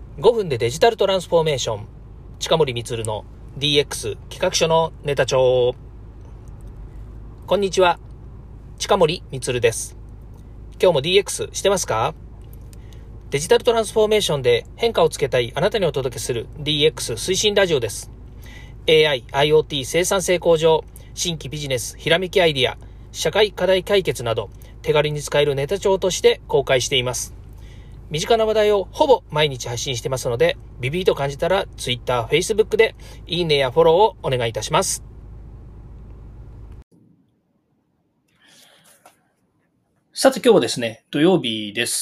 5分でデジタルトランスフォーメーション、近森光の DX 企画書のネタ帳。こんにちは、近森光です。今日も DX してますか？デジタルトランスフォーメーションで変化をつけたいあなたにお届けする DX 推進ラジオです。AI、IoT 生産性向上、新規ビジネス、ひらめきアイディア、社会課題解決など手軽に使えるネタ帳として公開しています。身近な話題をほぼ毎日配信してますので、ビビーと感じたら Twitter、Facebook でいいねやフォローをお願いいたします。さて今日はですね、土曜日です。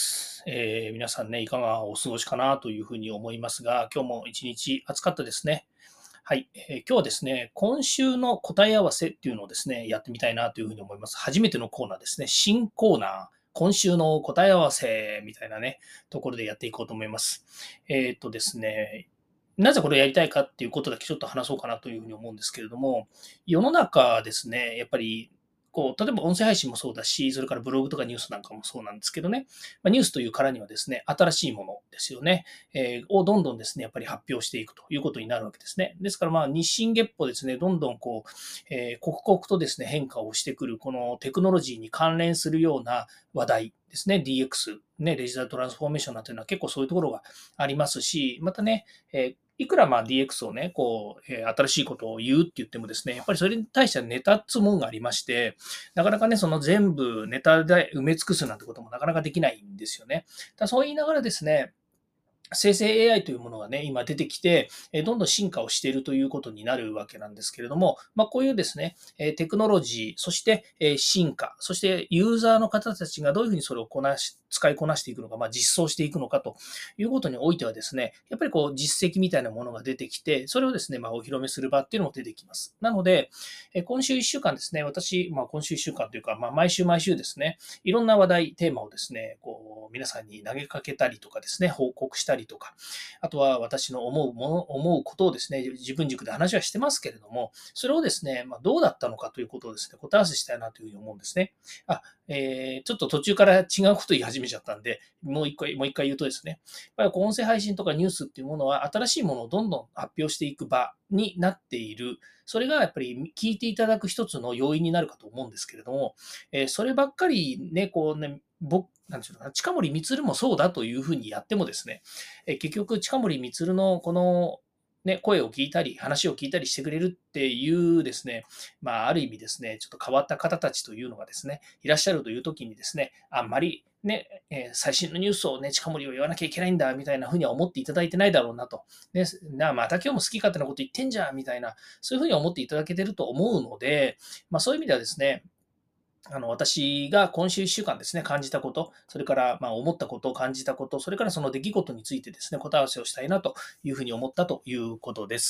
皆さんね、いかがお過ごしかなというふうに思いますが、今日も一日暑かったですね。はい、今日はですね、今週の答え合わせっていうのをですね、やってみたいなというふうに思います。初めてのコーナーですね。新コーナー。今週の答え合わせみたいなね、ところでやっていこうと思います。ですね、なぜこれをやりたいかっていうことだけちょっと話そうかなというふうに思うんですけれども、世の中ですね、やっぱり例えば音声配信もそうだし、それからブログとかニュースなんかもそうなんですけどね、ニュースというからにはですね、新しいものですよね、をどんどんですね、やっぱり発表していくということになるわけですね。ですから日進月歩ですね、どんどん刻々とですね、変化をしてくる、このテクノロジーに関連するような話題ですね、DX、ね、デジタルトランスフォーメーションなんていうのは結構そういうところがありますし、またね、いくらDX をね、新しいことを言うって言ってもですね、やっぱりそれに対してはネタっつうもんがありまして、なかなかね、その全部ネタで埋め尽くすなんてこともなかなかできないんですよね。そう言いながらですね、生成 AI というものがね、今出てきて、どんどん進化をしているということになるわけなんですけれども、こういうですね、テクノロジー、そして進化、そしてユーザーの方たちがどういうふうにそれを使いこなしていくのか、実装していくのかということにおいてはですね、やっぱり実績みたいなものが出てきて、それをですね、お披露目する場っていうのも出てきます。なので、今週1週間ですね、私、今週1週間というか、毎週毎週ですね、いろんな話題、テーマをですね、皆さんに投げかけたりとかですね、報告したりとか、あとは私の思うことをですね、自分軸で話はしてますけれども、それをですね、どうだったのかということをですね、答え合わせしたいなというふうに思うんですね。ちょっと途中から違うこと言い始めちゃったんで、もう一回言うとですね、やっぱり音声配信とかニュースっていうものは新しいものをどんどん発表していく場になっている。それがやっぱり聞いていただく一つの要因になるかと思うんですけれども、そればっかりね、なんていうのかな、近森光もそうだというふうにやってもですね、結局近森光のこのね、声を聞いたり、話を聞いたりしてくれるっていうですね、ある意味ですね、ちょっと変わった方たちというのがですね、いらっしゃるという時にですね、あんまりね、最新のニュースをね、近森を言わなきゃいけないんだ、みたいなふうには思っていただいてないだろうなと。ね、また今日も好き勝手なこと言ってんじゃん、みたいな、そういうふうに思っていただけてると思うので、そういう意味ではですね、私が今週1週間ですね、感じたこと、それから思ったこと、感じたこと、それからその出来事についてですね、答え合わせをしたいなというふうに思ったということです。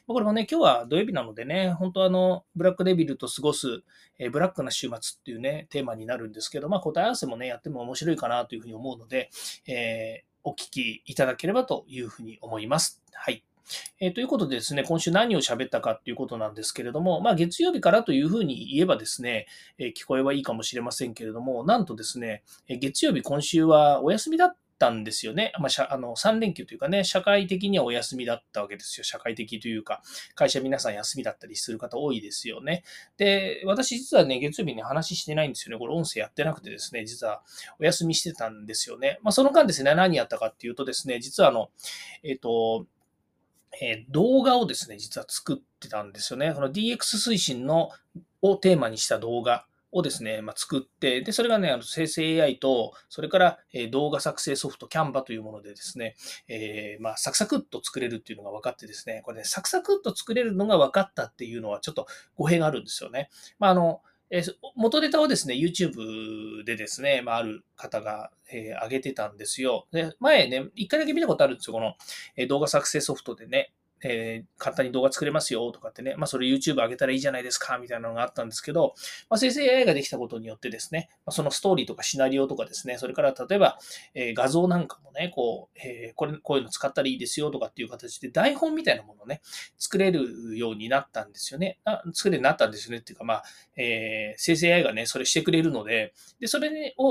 これもね、今日は土曜日なのでね、本当ブラックデビルと過ごす、ブラックな週末っていうね、テーマになるんですけど、答え合わせもね、やっても面白いかなというふうに思うので、お聞きいただければというふうに思います。はい。ということでですね、今週何を喋ったかっていうことなんですけれども、月曜日からというふうに言えばですね、聞こえはいいかもしれませんけれども、なんとですね、月曜日今週はお休みだったんですよね。3連休というかね、社会的にはお休みだったわけですよ。社会的というか、会社皆さん休みだったりする方多いですよね。で、私実はね、月曜日に話してないんですよね。これ音声やってなくてですね、実はお休みしてたんですよね。その間ですね、何やったかっていうとですね、実はえっと、動画をですね、実は作ってたんですよね。この DX 推進をテーマにした動画をですね、作って、で、それがね、生成 AI と、それから、動画作成ソフト、キャンバというものでですね、サクサクっと作れるっていうのが分かってですね、これね、サクサクっと作れるのが分かったっていうのはちょっと語弊があるんですよね。元ネタはですね、YouTube でですね、ある方が、上げてたんですよ。で、前ね、一回だけ見たことあるんですよ。この、動画作成ソフトでね、簡単に動画作れますよとかってね、それ YouTube 上げたらいいじゃないですか、みたいなのがあったんですけど、生成 AI ができたことによってですね、そのストーリーとかシナリオとかですね、それから例えば、画像なんかもね、こういうの使ったらいいですよとかっていう形で台本みたいなものをね、作れるようになったんですよね。作れるようになったんですよねっていうか、生成 AI がね、それしてくれるので、で、それを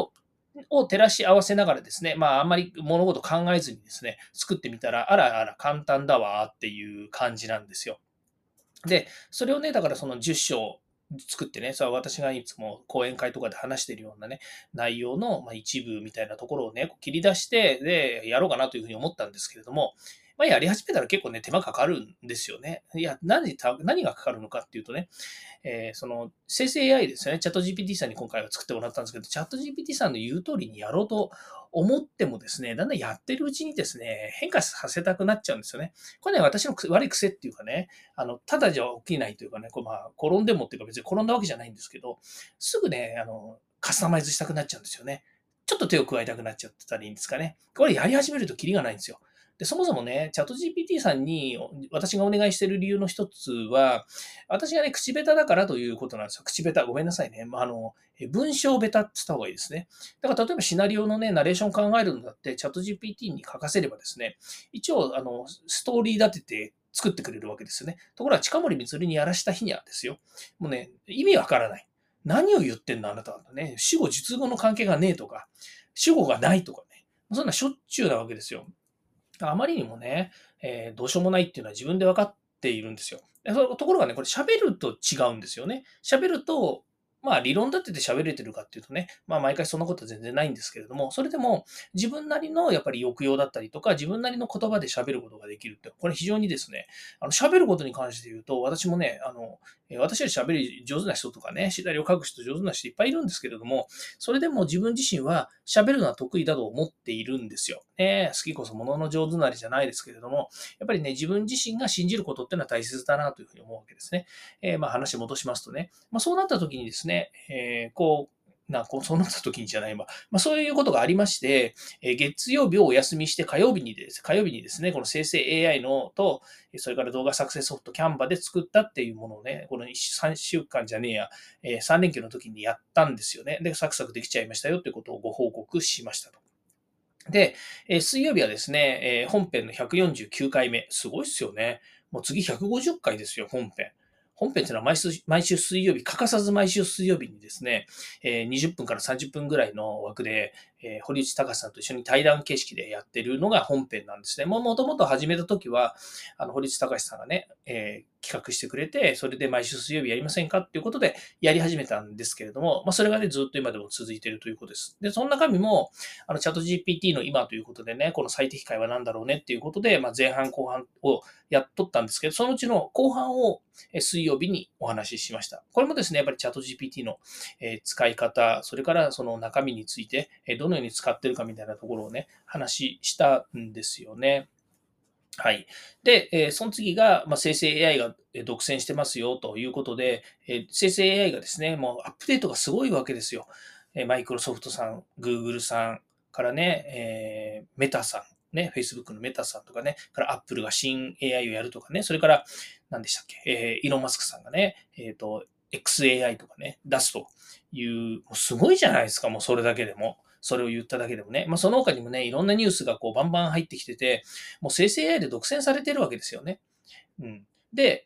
を照らし合わせながらですね、あんまり物事考えずにですね、作ってみたら、あらあら簡単だわっていう感じなんですよ。で、それをね、だからその10章作ってね、私がいつも講演会とかで話しているようなね、内容の一部みたいなところをね、切り出して、で、やろうかなというふうに思ったんですけれども、やり始めたら結構ね、手間かかるんですよね。いや、何がかかるのかっていうとね、その生成 AI ですよね。チャット GPT さんに今回は作ってもらったんですけど、チャット GPT さんの言う通りにやろうと思ってもですね、だんだんやってるうちにですね、変化させたくなっちゃうんですよね。これね、私の悪い癖っていうかね、ただじゃ起きないというかね、転んでもっていうか別に転んだわけじゃないんですけど、すぐね、カスタマイズしたくなっちゃうんですよね。ちょっと手を加えたくなっちゃってたらいいんですかね。これやり始めるとキリがないんですよ。で、そもそもね、チャット GPT さんに私がお願いしている理由の一つは、私がね、口下手だからということなんですよ。口下手。ごめんなさいね。文章下手って言った方がいいですね。だから例えばシナリオのね、ナレーション考えるんだって、チャット GPT に書かせればですね、一応、ストーリー立てて作ってくれるわけですよね。ところが、近森光にやらした日にはですよ。もうね、意味わからない。何を言ってんのあなたはね。主語、述語の関係がねえとか、主語がないとかね。そんなしょっちゅうなわけですよ。あまりにもね、どうしようもないっていうのは自分で分かっているんですよ。ところがね、これ喋ると違うんですよね。喋ると、理論立てて喋れてるかっていうとね、毎回そんなことは全然ないんですけれども、それでも自分なりのやっぱり抑揚だったりとか、自分なりの言葉で喋ることができるって、これ非常にですね、喋ることに関して言うと、私もね、私より喋り上手な人とかね、シナリオ書く人上手な人いっぱいいるんですけれども、それでも自分自身は喋るのは得意だと思っているんですよ。好きこそものの上手なりじゃないですけれども、やっぱりね、自分自身が信じることっていうのは大切だなというふうに思うわけですね。話戻しますとね、そうなった時にですね、そうなった時にじゃないわ。そういうことがありまして、月曜日をお休みして火曜日にですね、この生成 AI のと、それから動画作成ソフトキャンバで作ったっていうものをね、この3週間じゃねえや、3連休の時にやったんですよね。で、サクサクできちゃいましたよということをご報告しましたと。で、水曜日はですね、本編の149回目。すごいっすよね。もう次150回ですよ、本編。本編っていうのは毎週水曜日、欠かさず毎週水曜日にですね、20分から30分ぐらいの枠で、堀内隆さんと一緒に対談形式でやってるのが本編なんですね。もともと始めた時は、堀内隆さんがね、企画してくれて、それで毎週水曜日やりませんかっていうことでやり始めたんですけれども、それがね、ずっと今でも続いているということです。で、その中身も、チャット GPT の今ということでね、この最適解は何だろうねっていうことで、前半後半をやっとったんですけど、そのうちの後半を水曜日にお話ししました。これもですね、やっぱりチャット GPT の使い方、それからその中身について、どのように使ってるかみたいなところをね、話したんですよね。はい。で、その次が、生成 AI が独占してますよということで、生成 AI がですね、もうアップデートがすごいわけですよ。マイクロソフトさん、Google さんからね、メタさん、ね、Facebook のメタさんとかね、から Apple が新 AI をやるとかね、それから、何でしたっけ、イーロン・マスクさんがね、XAI とかね、出すという、もうすごいじゃないですか、もうそれだけでも。それを言っただけでもね。その他にもね、いろんなニュースがこうバンバン入ってきてて、もう生成 AI で独占されてるわけですよね。うん。で、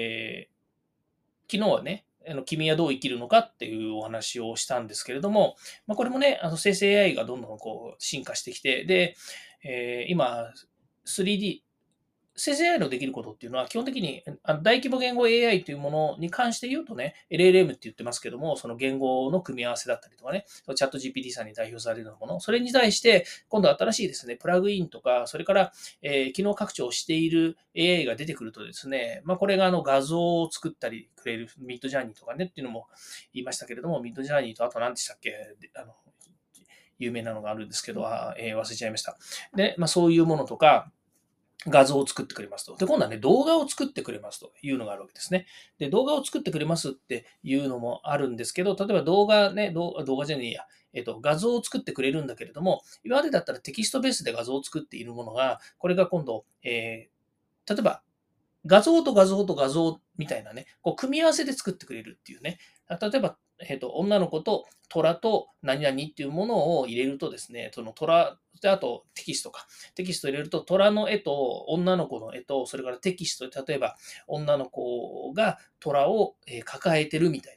昨日はね、君はどう生きるのかっていうお話をしたんですけれども、これもね、生成 AI がどんどんこう進化してきて、で、今、3D、生成 AI のできることっていうのは、基本的に大規模言語 AI というものに関して言うとね、LLM って言ってますけども、その言語の組み合わせだったりとかね、チャット GPT さんに代表されるようなもの、それに対して、今度新しいですね、プラグインとか、それから、機能拡張をしている AI が出てくるとですね、これが画像を作ったりくれる、ミッドジャーニーとかねっていうのも言いましたけれども、ミッドジャーニーとあと何でしたっけ、有名なのがあるんですけど、忘れちゃいました。で、そういうものとか、画像を作ってくれますと。で、今度はね、動画を作ってくれますというのがあるわけですね。で、動画を作ってくれますっていうのもあるんですけど、例えば動画ね、動画じゃねえや、画像を作ってくれるんだけれども、今までだったらテキストベースで画像を作っているものが、これが今度、例えば画像と画像と画像みたいなね、こう組み合わせで作ってくれるっていうね。例えば、女の子と虎と何々っていうものを入れるとですね、その虎、であとテキストか。テキスト入れると虎の絵と女の子の絵と、それからテキストで例えば女の子が虎を抱えてるみたいなね。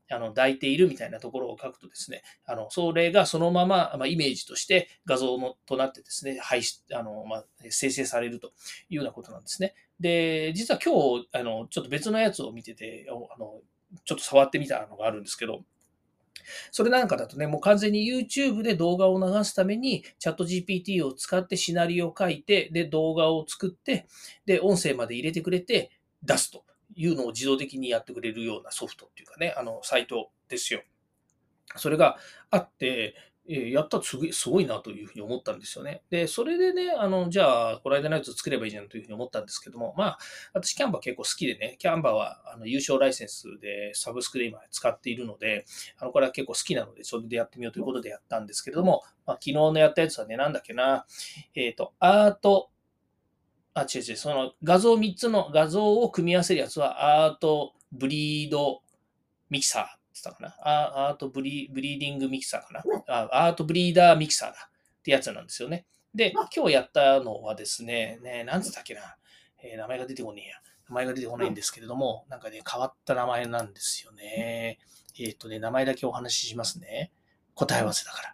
抱いているみたいなところを書くとですね、それがそのまま、イメージとして画像となってですね、生成されるというようなことなんですね。で、実は今日、ちょっと別のやつを見てて、ちょっと触ってみたのがあるんですけど、それなんかだとね、もう完全に YouTube で動画を流すために、チャット GPT を使ってシナリオを書いて、で、動画を作って、で、音声まで入れてくれて、出すというのを自動的にやってくれるようなソフトっていうかね、サイトですよ。それがあって、やったらすごいなというふうに思ったんですよね。で、それでね、じゃあ、この間のやつ作ればいいじゃんというふうに思ったんですけども、私、キャンバー結構好きでね、キャンバーは有償ライセンスでサブスクで今使っているので、これは結構好きなので、それでやってみようということでやったんですけれども、昨日のやったやつはね、なんだっけな、アート、違う、その3つの画像を組み合わせるやつは、アートブリードミキサーって言ったかな。ブリーディングミキサーかな。アートブリーダーミキサーだってやつなんですよね。で、今日やったのはですね、なんつったっけな。名前が出てこねえや。名前が出てこないんですけれども、なんかね、変わった名前なんですよね。名前だけお話ししますね。答え合わせだから。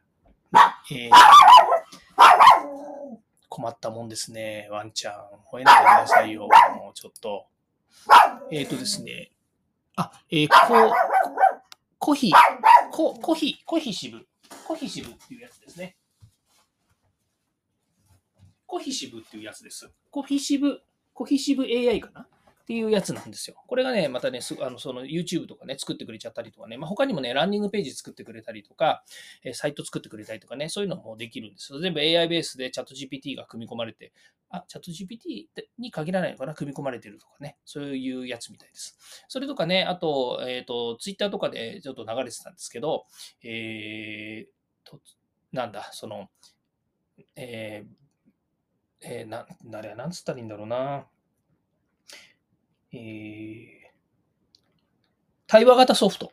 困ったもんですね。ワンちゃん。吠えないでくださいよ。もうちょっと。ですね。あ、コヒ、コヒシブ。コヒシブっていうやつですね。コヒシブっていうやつです。コヒシブ AI かなっていうやつなんですよ。これがね、またね、その YouTube とかね、作ってくれちゃったりとかね、他にもね、ランニングページ作ってくれたりとか、サイト作ってくれたりとかね、そういうのもできるんですよ。全部 AI ベースでチャット GPT が組み込まれて、チャット GPT に限らないのかな、組み込まれてるとかね、そういうやつみたいです。それとかね、あと、Twitter とかでちょっと流れてたんですけど、なんだ、その、えーなんつったらいいんだろうな。えー、対話型ソフト。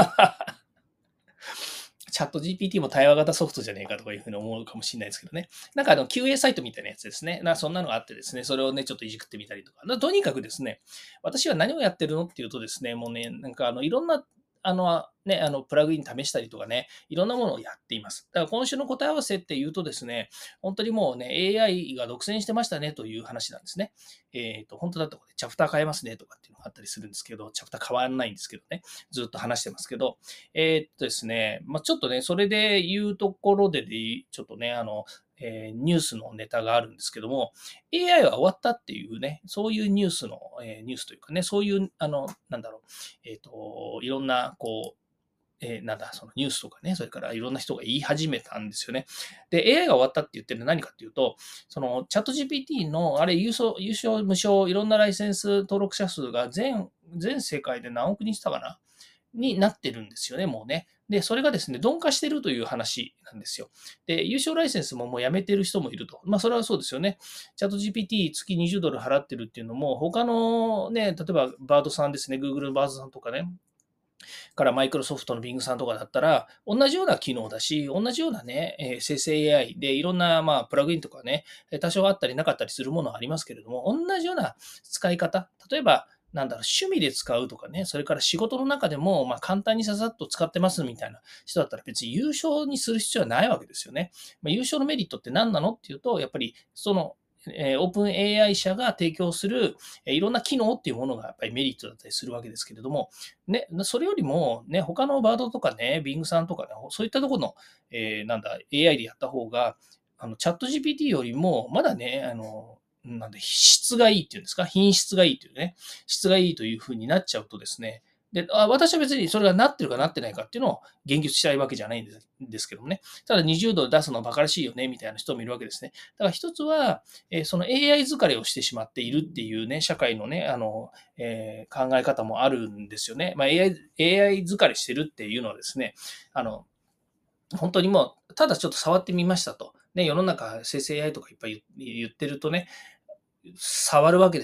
チャット GPT も対話型ソフトじゃねえかとかいうふうに思うかもしれないですけどね。なんかQA サイトみたいなやつですね。そんなのがあってですね、それをね、ちょっといじくってみたりとか。とにかくですね、私は何をやってるのっていうとですね、もうね、なんかいろんなプラグイン試したりとかね、いろんなものをやっています。だから今週の答え合わせっていうとですね、本当にもうね、AI が独占してましたねという話なんですね。本当だとこれ、チャプター変えますねとかっていうのがあったりするんですけど、チャプター変わらないんですけどね、ずっと話してますけど、ですね、ちょっとね、それで言うところで、ちょっとね、ニュースのネタがあるんですけども、AI は終わったっていうね、そういうニュースの、ニュースというかね、そういう、なんだろう、いろんな、そのニュースとかね、それからいろんな人が言い始めたんですよね。で、AI が終わったって言ってるのは何かっていうと、そのチャット GPT の、あれ、有償、無償、いろんなライセンス登録者数が全世界で何億人したかなになってるんですよね、もうね。で、それがですね、鈍化してるという話なんですよ。で、有償ライセンスももうやめてる人もいると。それはそうですよね。チャット GPT 月20ドル払ってるっていうのも、他のね、例えばバードさんですね、Google のバードさんとかね、からマイクロソフトの Bing さんとかだったら、同じような機能だし、同じようなね、生成 AI でいろんな、プラグインとかね、多少あったりなかったりするものはありますけれども、同じような使い方、例えば、趣味で使うとかね、それから仕事の中でも、簡単にささっと使ってますみたいな人だったら別に優勝にする必要はないわけですよね。優勝のメリットって何なのっていうと、やっぱりそのオープン AI 社が提供するいろんな機能っていうものがやっぱりメリットだったりするわけですけれども、ね、それよりも、ね、他のバードとかね、Bing さんとかね、そういったところの、AI でやった方が、チャット GPT よりも、まだね、質がいいっていうんですか、品質がいいというね、質がいいというふうになっちゃうとですね、で、私は別にそれがなってるかなってないかっていうのを言及したいわけじゃないんですけどもね。ただ20ドル出すのバカらしいよね、みたいな人もいるわけですね。だから一つは、その AI 疲れをしてしまっているっていうね、社会のね、考え方もあるんですよね。AI 疲れしてるっていうのはですね、本当にもう、ただちょっと触ってみましたと。ね、世の中生成 AI とかいっぱい言ってるとね、触るわけですよ。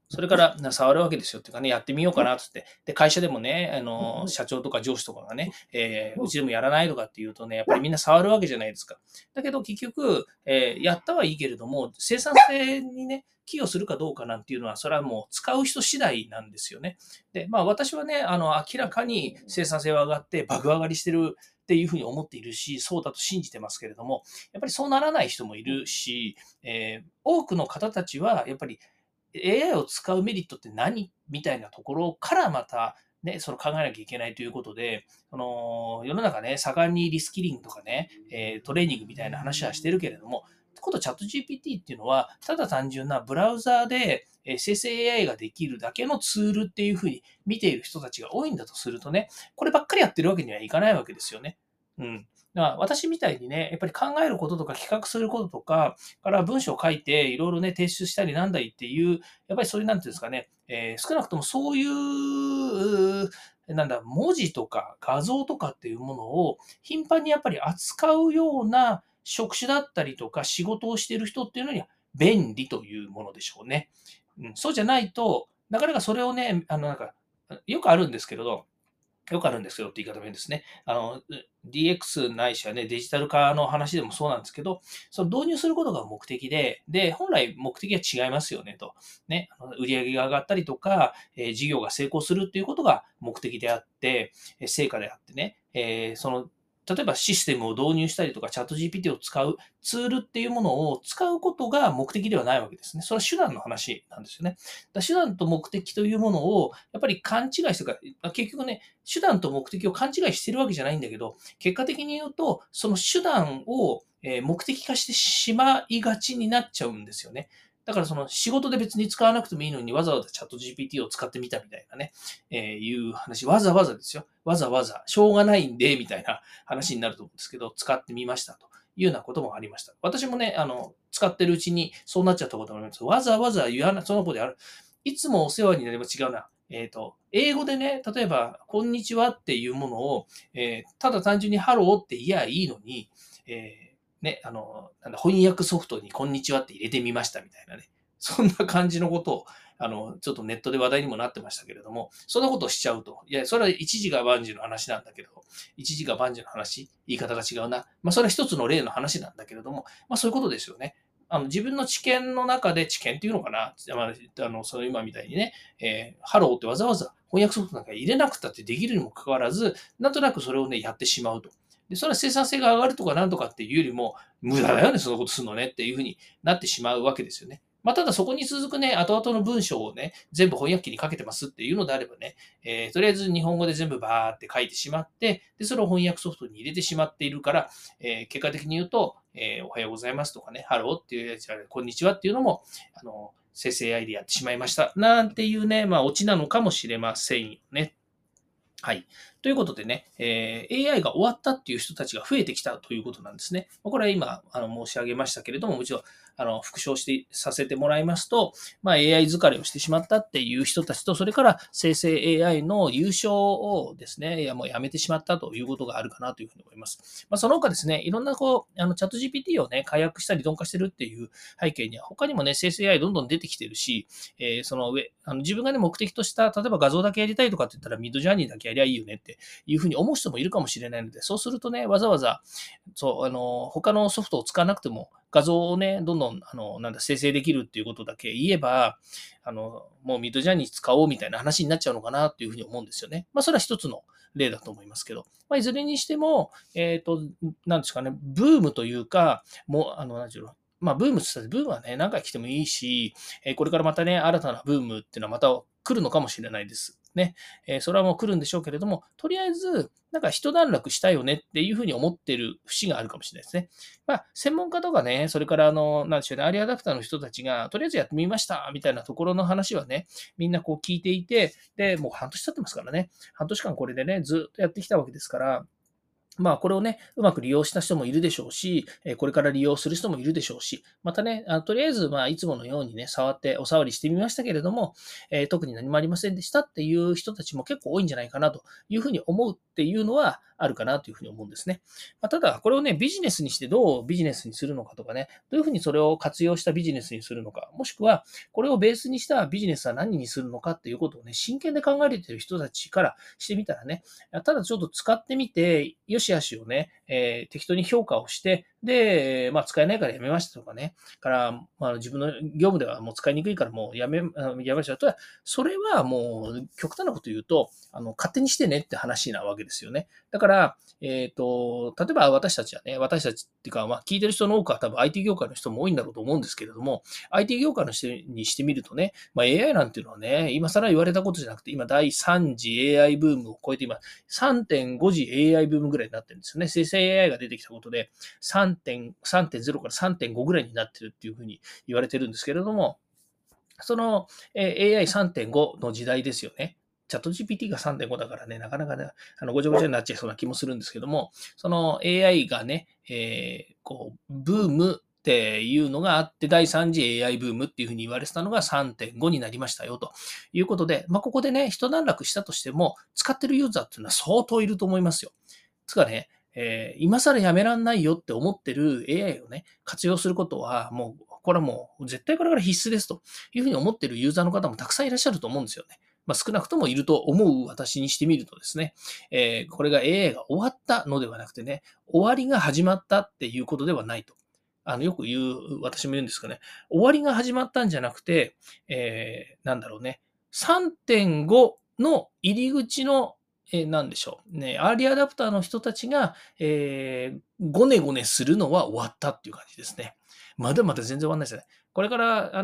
それから触るわけですよっていうかね、やってみようかなってって。で、会社でもね、社長とか上司とかがね、うちでもやらないとかっていうとね、やっぱりみんな触るわけじゃないですか。だけど結局、やったはいいけれども、生産性にね、寄与するかどうかなんていうのは、それはもう使う人次第なんですよね。で、まあ私はね、明らかに生産性は上がって爆上がりしてるっていうふうに思っているし、そうだと信じてますけれども、やっぱりそうならない人もいるし、多くの方たちは、やっぱり AI を使うメリットって何みたいなところからまた、ね、その考えなきゃいけないということで、世の中ね、盛んにリスキリングとかね、トレーニングみたいな話はしてるけれども、ことチャット GPT っていうのは、ただ単純なブラウザーで生成 AI ができるだけのツールっていうふうに見ている人たちが多いんだとするとね、こればっかりやってるわけにはいかないわけですよね。うん。だから私みたいにね、やっぱり考えることとか企画することとか、から文章を書いていろいろね、提出したりなんだりっていう、やっぱりそういう、なんていうんですかね、少なくともそういう、なんだ、文字とか画像とかっていうものを頻繁にやっぱり扱うような職種だったりとか仕事をしている人っていうのには便利というものでしょうね。うん、そうじゃないと、なかなかそれをね、よくあるんですけれど、よくあるんですけどって言い方もいいんですね。DX ないしはね、デジタル化の話でもそうなんですけど、その導入することが目的で、本来目的は違いますよねと。ね、売上が上がったりとか、事業が成功するっていうことが目的であって、成果であってね、例えばシステムを導入したりとか、チャット GPT を使うツールっていうものを使うことが目的ではないわけですね。それは手段の話なんですよね。手段と目的というものをやっぱり勘違いしてるから、結局ね、手段と目的を勘違いしてるわけじゃないんだけど、結果的に言うと、その手段を目的化してしまいがちになっちゃうんですよね。だからその仕事で別に使わなくてもいいのにわざわざチャット GPT を使ってみたみたいなね、いう話、わざわざですよ。わざわざ、しょうがないんで、みたいな話になると思うんですけど、使ってみましたというようなこともありました。私もね、使ってるうちにそうなっちゃったこともあります。わざわざ言わない、その子である。いつもお世話になります。違うな。英語でね、例えば、こんにちはっていうものを、ただ単純にハローって言えばいいのに、ね、翻訳ソフトにこんにちはって入れてみましたみたいなね。そんな感じのことを、ちょっとネットで話題にもなってましたけれども、そんなことをしちゃうと。いや、それは一時が万事の話なんだけど、一時が万事の話、言い方が違うな。まあ、それは一つの例の話なんだけれども、まあ、そういうことですよね。自分の知見の中で、知見っていうのかな、その今みたいにね、ハローってわざわざ翻訳ソフトなんか入れなくたってできるにもかかわらず、なんとなくそれをね、やってしまうと。で、それは生産性が上がるとかなんとかっていうよりも、無駄だよね、そのことするのねっていうふうになってしまうわけですよね。まあ、ただそこに続くね、後々の文章をね、全部翻訳機にかけてますっていうのであればね、とりあえず日本語で全部バーって書いてしまって、で、それを翻訳ソフトに入れてしまっているから、結果的に言うと、おはようございますとかね、ハローっていうやつ、こんにちはっていうのも、生成 AI でやってしまいました。なんていうね、まあ、オチなのかもしれませんよね。はい。ということでね、AI が終わったっていう人たちが増えてきたということなんですね。これは今、申し上げましたけれども、もちろん、復唱させてもらいますと、まあ、AI 疲れをしてしまったっていう人たちと、それから生成 AI の優勝をですね、もうやめてしまったということがあるかなというふうに思います。まあ、その他ですね、いろんなチャット GPT をね、解約したり鈍化してるっていう背景には、他にもね、生成 AI どんどん出てきてるし、その上、自分がね、目的とした、例えば画像だけやりたいとかって言ったら、ミッドジャーニーだけやりゃいいよねっていうふうに思う人もいるかもしれないので、そうするとね、わざわざ、そう、他のソフトを使わなくても、画像をね、どんどん、生成できるっていうことだけ言えば、もうミッドジャーニー使おうみたいな話になっちゃうのかなっていうふうに思うんですよね。まあ、それは一つの例だと思いますけど、まあ、いずれにしても、なんですかね、ブームというか、もう、なんていうの、まあ、ブームって言ったら、ブームはね、何回来てもいいし、これからまたね、新たなブームっていうのはまた来るのかもしれないですね。それはもう来るんでしょうけれども、とりあえず、なんか一段落したよねっていうふうに思ってる節があるかもしれないですね。まあ、専門家とかね、それからなんでしょうね、アーリーアダプターの人たちが、とりあえずやってみましたみたいなところの話はね、みんなこう聞いていて、で、もう半年経ってますからね、半年間これでね、ずっとやってきたわけですから、 これをね、うまく利用した人もいるでしょうし、これから利用する人もいるでしょうし、またね、とりあえず、いつものようにね、触ってお触りしてみましたけれども、特に何もありませんでしたっていう人たちも結構多いんじゃないかなというふうに思うっていうのはあるかなというふうに思うんですね。ただ、これをね、ビジネスにしてどうビジネスにするのかとかね、どういうふうにそれを活用したビジネスにするのか、もしくは、これをベースにしたビジネスは何にするのかっていうことをね、真剣で考えれている人たちからしてみたらね、ただちょっと使ってみて、よし悪しをね、適当に評価をして、で、使えないからやめましたとかね、から、自分の業務ではもう使いにくいからもうやめましたとは、それはもう極端なこと言うと、勝手にしてねって話なわけですよね。だから、例えば私たちはね、私たちっていうか、聞いてる人の多くは多分 IT 業界の人も多いんだろうと思うんですけれども、IT 業界の人にしてみるとね、AI なんていうのはね、今更言われたことじゃなくて、今第3次 AI ブームを超えて今、3.5次 AI ブームぐらいになってるんですよね。生成 AI が出てきたことで、3.0から3.5ぐらいになってるっていうふうに言われてるんですけれども、その AI3.5 の時代ですよね。チャット GPT が3.5だからね、なかなかね、ごちゃごちゃになっちゃいそうな気もするんですけども、その AI がね、ブームっていうのがあって、第3次 AI ブームっていうふうに言われてたのが3.5になりましたよということで、ここでね、一段落したとしても、使ってるユーザーっていうのは相当いると思いますよ。つかね、今更やめらんないよって思ってる AI をね、活用することは、もう、これはもう絶対これから必須ですというふうに思ってるユーザーの方もたくさんいらっしゃると思うんですよね。少なくともいると思う私にしてみるとですね、これが AI が終わったのではなくてね、終わりが始まったっていうことではないと。よく言う、私も言うんですかね、終わりが始まったんじゃなくて、なんだろうね、3.5の入り口のなんでしょう。ね、アーリーアダプターの人たちが、ごねごねするのは終わったっていう感じですね。まだまだ全然終わんないですね。これから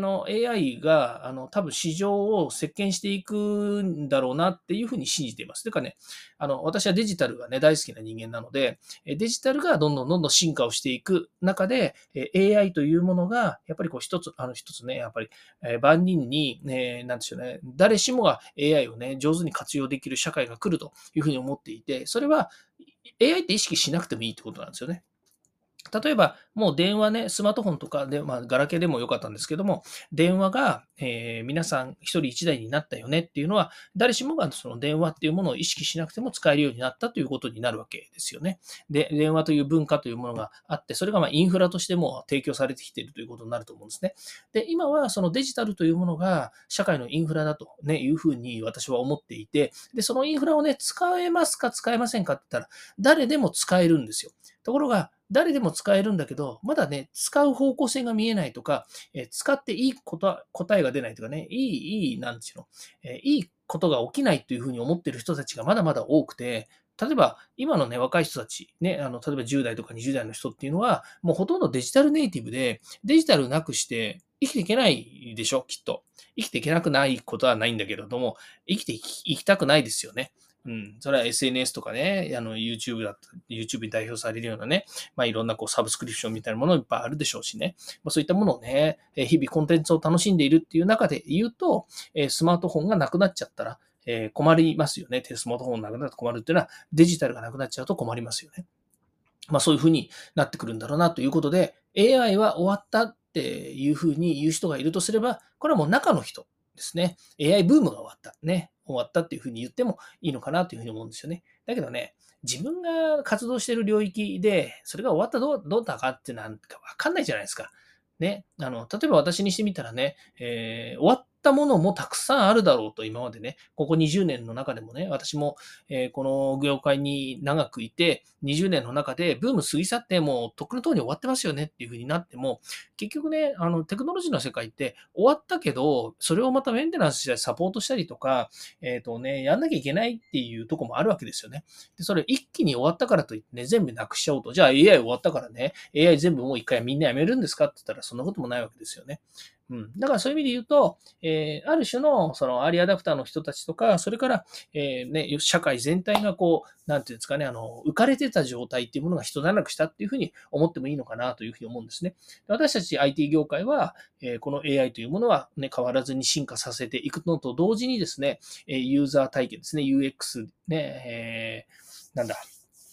、AI が、多分市場を席巻していくんだろうなっていうふうに信じています。というかね、私はデジタルがね、大好きな人間なので、デジタルがどんどんどんどん進化をしていく中で、AI というものが、やっぱりこう一つね、やっぱり、万人に、なんでしょうね、誰しもが AI をね、上手に活用できる社会が来るというふうに思っていて、それは AI って意識しなくてもいいってことなんですよね。例えば、もう電話ね、スマートフォンとかで、ガラケーでもよかったんですけども、電話が、皆さん一人一台になったよねっていうのは、誰しもがその電話っていうものを意識しなくても使えるようになったということになるわけですよね。で、電話という文化というものがあって、それがインフラとしても提供されてきているということになると思うんですね。で、今はそのデジタルというものが社会のインフラだとね、いうふうに私は思っていて、で、そのインフラをね、使えますか使えませんかって言ったら、誰でも使えるんですよ。ところが、誰でも使えるんだけど、まだね、使う方向性が見えないとか、使っていい答えが出ないとかね、なんていうの、いいことが起きないというふうに思っている人たちがまだまだ多くて、例えば、今のね、若い人たち、ね、例えば10代とか20代の人っていうのは、もうほとんどデジタルネイティブで、デジタルなくして生きていけないでしょ、きっと。生きていけなくないことはないんだけれども、生きていきたくないですよね。うん、それは SNS とかね、YouTube YouTube に代表されるようなね、いろんなこうサブスクリプションみたいなものいっぱいあるでしょうしね。そういったものをね、日々コンテンツを楽しんでいるっていう中で言うと、スマートフォンがなくなっちゃったら、困りますよね。スマートフォンがなくなると困るっていうのは、デジタルがなくなっちゃうと困りますよね。そういうふうになってくるんだろうなということで、AI は終わったっていうふうに言う人がいるとすれば、これはもう中の人ですね。AI ブームが終わった。ね。終わったっていうふうに言ってもいいのかなというふうに思うんですよね。だけどね、自分が活動している領域で、それが終わったどうだかってなんかわかんないじゃないですか。ね。例えば私にしてみたらね、終わったものもたくさんあるだろうと、今までね、ここ20年の中でもね、私もこの業界に長くいて、20年の中でブーム過ぎ去って、もうとっくの通り終わってますよねっていう風になっても、結局ね、テクノロジーの世界って終わったけど、それをまたメンテナンスしたりサポートしたりとか、やんなきゃいけないっていうところもあるわけですよね。で、それ一気に終わったからといってね、全部なくしちゃおうと。じゃあ AI 終わったからね、AI 全部もう一回みんなやめるんですかって言ったら、そんなこともないわけですよね。うん。だからそういう意味で言うと、ある種のそのアーリーアダプターの人たちとか、それから、社会全体がこう、なんていうんですかね、浮かれてた状態っていうものが一段落したっていうふうに思ってもいいのかなというふうに思うんですね。私たち IT 業界は、この AI というものは、ね、変わらずに進化させていくのと同時にですね、ユーザー体験ですね、UX ね、なんだ、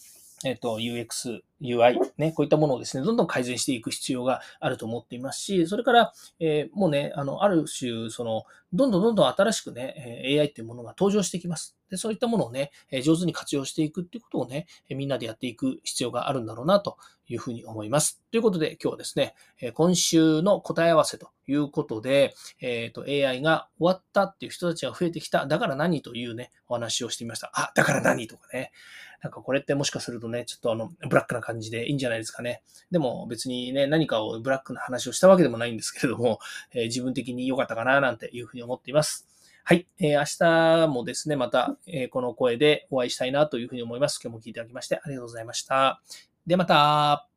UX、UI、ね、こういったものをですね、どんどん改善していく必要があると思っていますし、それから、もうね、ある種、どんどん新しくね、AI っていうものが登場してきます。で、そういったものをね、上手に活用していくっていうことをね、みんなでやっていく必要があるんだろうなというふうに思います。ということで、今日はですね、今週の答え合わせということで、AI が終わったっていう人たちが増えてきた。だから何というね、お話をしてみました。あ、だから何とかね。なんかこれってもしかするとね、ちょっとブラックな感じでいいんじゃないですかね。でも別にね、何かをブラックな話をしたわけでもないんですけれども、自分的に良かったかななんていうふうに思っています。はい。明日もですね、また、この声でお会いしたいなというふうに思います。今日も聞いていただきましてありがとうございました。ではまた。